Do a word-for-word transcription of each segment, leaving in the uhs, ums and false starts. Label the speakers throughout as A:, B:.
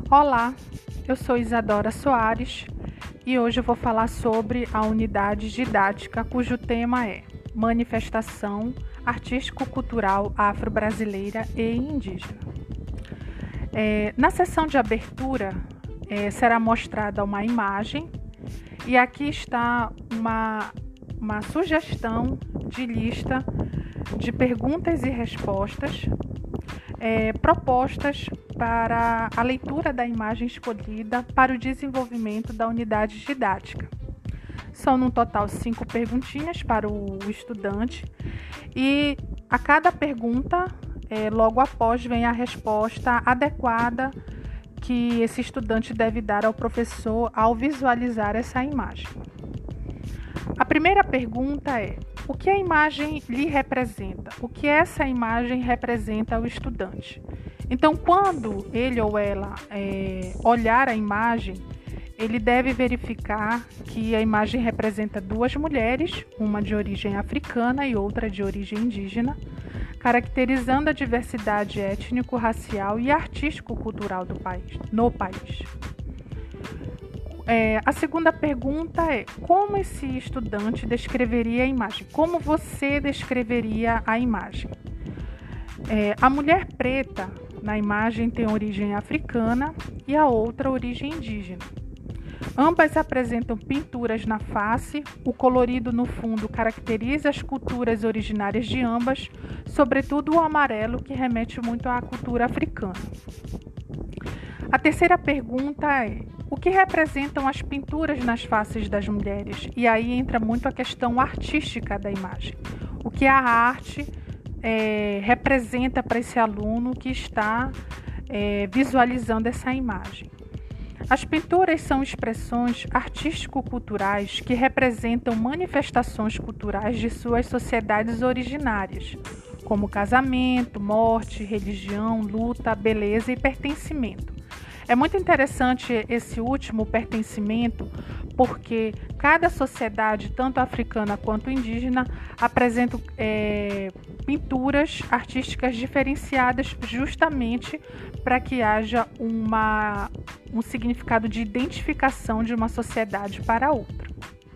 A: Olá, eu sou Isadora Soares e hoje eu vou falar sobre a unidade didática cujo tema é Manifestação Artístico-Cultural Afro-Brasileira e Indígena. É, na sessão de abertura é, será mostrada uma imagem e aqui está uma, uma sugestão de lista de perguntas e respostas é, propostas para a leitura da imagem escolhida para o desenvolvimento da unidade didática. São no total cinco perguntinhas para o estudante e a cada pergunta, é, logo após, vem a resposta adequada que esse estudante deve dar ao professor ao visualizar essa imagem. A primeira pergunta é: o que a imagem lhe representa? O que essa imagem representa ao estudante? Então, quando ele ou ela é, olhar a imagem, ele deve verificar que a imagem representa duas mulheres, uma de origem africana e outra de origem indígena, caracterizando a diversidade étnico-racial e artístico-cultural do país, no país. É, a segunda pergunta é: como esse estudante descreveria a imagem? Como você descreveria a imagem? É, a mulher preta na imagem tem origem africana e a outra origem indígena. Ambas apresentam pinturas na face, o colorido no fundo caracteriza as culturas originárias de ambas, sobretudo o amarelo, que remete muito à cultura africana. A terceira pergunta é: o que representam as pinturas nas faces das mulheres? E aí entra muito a questão artística da imagem. O que a arte é, representa para esse aluno que está é, visualizando essa imagem? As pinturas são expressões artístico-culturais que representam manifestações culturais de suas sociedades originárias, como casamento, morte, religião, luta, beleza e pertencimento. É muito interessante esse último, pertencimento, porque cada sociedade, tanto africana quanto indígena, apresenta é, pinturas artísticas diferenciadas justamente para que haja uma, um significado de identificação de uma sociedade para outra.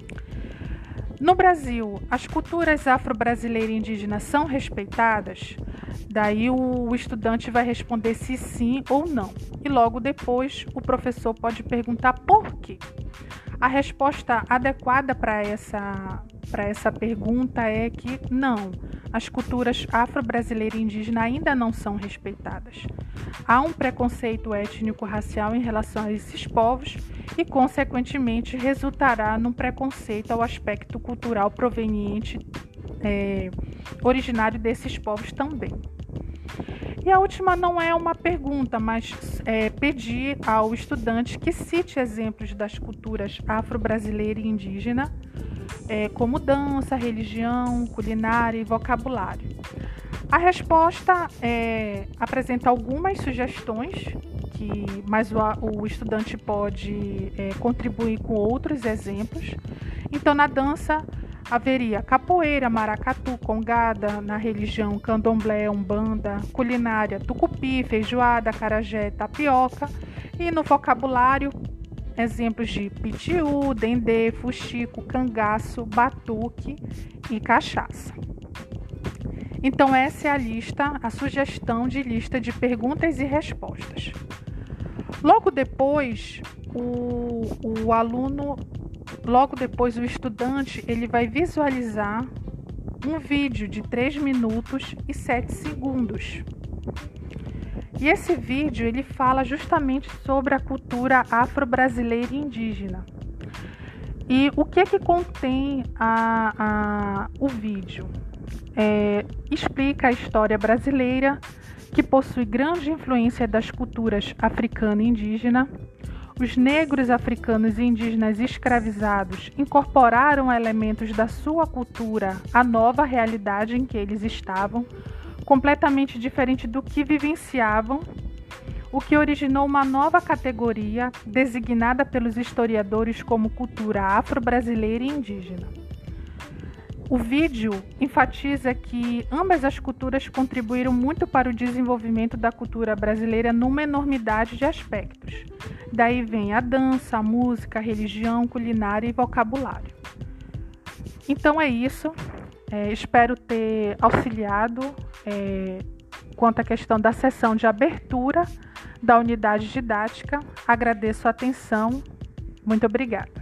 A: No Brasil, as culturas afro-brasileira e indígena são respeitadas? Daí o estudante vai responder se sim ou não. E logo depois o professor pode perguntar por quê. A resposta adequada para essa, para essa pergunta é que não, as culturas afro-brasileira e indígena ainda não são respeitadas. Há um preconceito étnico-racial em relação a esses povos e, consequentemente, resultará num preconceito ao aspecto cultural proveniente, é, originário desses povos também. E a última não é uma pergunta, mas é pedir ao estudante que cite exemplos das culturas afro-brasileira e indígena, é, como dança, religião, culinária e vocabulário. A resposta é, apresenta algumas sugestões, que, mas o, o estudante pode é, contribuir com outros exemplos. Então, na dança, haveria capoeira, maracatu, congada; na religião, candomblé, umbanda; culinária, tucupi, feijoada, acarajé, tapioca; e no vocabulário, exemplos de pitiu, dendê, fuxico, cangaço, batuque e cachaça. Então, essa é a lista, a sugestão de lista de perguntas e respostas. Logo depois, o, o aluno Logo depois, o estudante ele vai visualizar um vídeo de três minutos e sete segundos. E esse vídeo ele fala justamente sobre a cultura afro-brasileira e indígena. E o que que contém a, a, o vídeo? É, explica a história brasileira, que possui grande influência das culturas africana e indígena. Os negros africanos e indígenas escravizados incorporaram elementos da sua cultura à nova realidade em que eles estavam, completamente diferente do que vivenciavam, o que originou uma nova categoria designada pelos historiadores como cultura afro-brasileira e indígena. O vídeo enfatiza que ambas as culturas contribuíram muito para o desenvolvimento da cultura brasileira numa enormidade de aspectos. Daí vem a dança, a música, a religião, culinária e vocabulário. Então é isso. É, espero ter auxiliado é, quanto à questão da sessão de abertura da unidade didática. Agradeço a atenção. Muito obrigada.